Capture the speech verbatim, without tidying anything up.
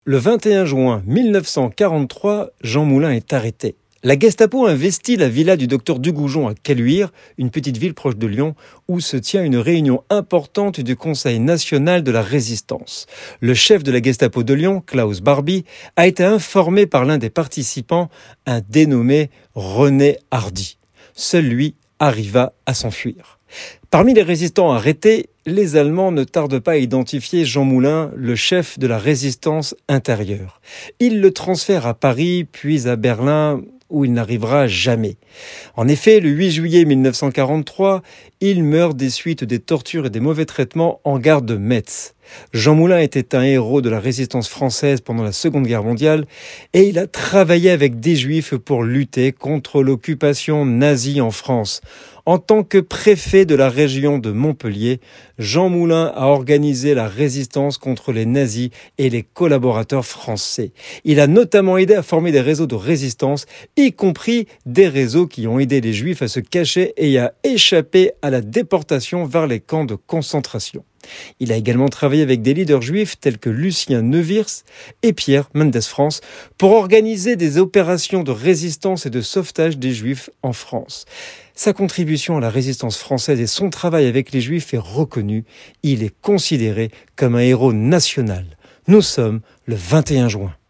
Le vingt et un juin mille neuf cent quarante-trois, Jean Moulin est arrêté. La Gestapo investit la villa du docteur Dugoujon à Caluire, une petite ville proche de Lyon, où se tient une réunion importante du Conseil national de la résistance. Le chef de la Gestapo de Lyon, Klaus Barbie, a été informé par l'un des participants, un dénommé René Hardy. Seul lui arriva à s'enfuir. Parmi les résistants arrêtés, les Allemands ne tardent pas à identifier Jean Moulin, le chef de la résistance intérieure. Ils le transfèrent à Paris, puis à Berlin, où il n'arrivera jamais. En effet, le huit juillet mille neuf cent quarante-trois, il meurt des suites des tortures et des mauvais traitements en gare de Metz. Jean Moulin était un héros de la résistance française pendant la Seconde Guerre mondiale et il a travaillé avec des Juifs pour lutter contre l'occupation nazie en France. En tant que préfet de la région de Montpellier, Jean Moulin a organisé la résistance contre les nazis et les collaborateurs français. Il a notamment aidé à former des réseaux de résistance, y compris des réseaux qui ont aidé les Juifs à se cacher et à échapper à la déportation vers les camps de concentration. Il a également travaillé avec des leaders juifs tels que Lucien Neuwirth et Pierre Mendès France pour organiser des opérations de résistance et de sauvetage des Juifs en France. Sa contribution à la résistance française et son travail avec les Juifs est reconnu. Il est considéré comme un héros national. Nous sommes le vingt et un juin.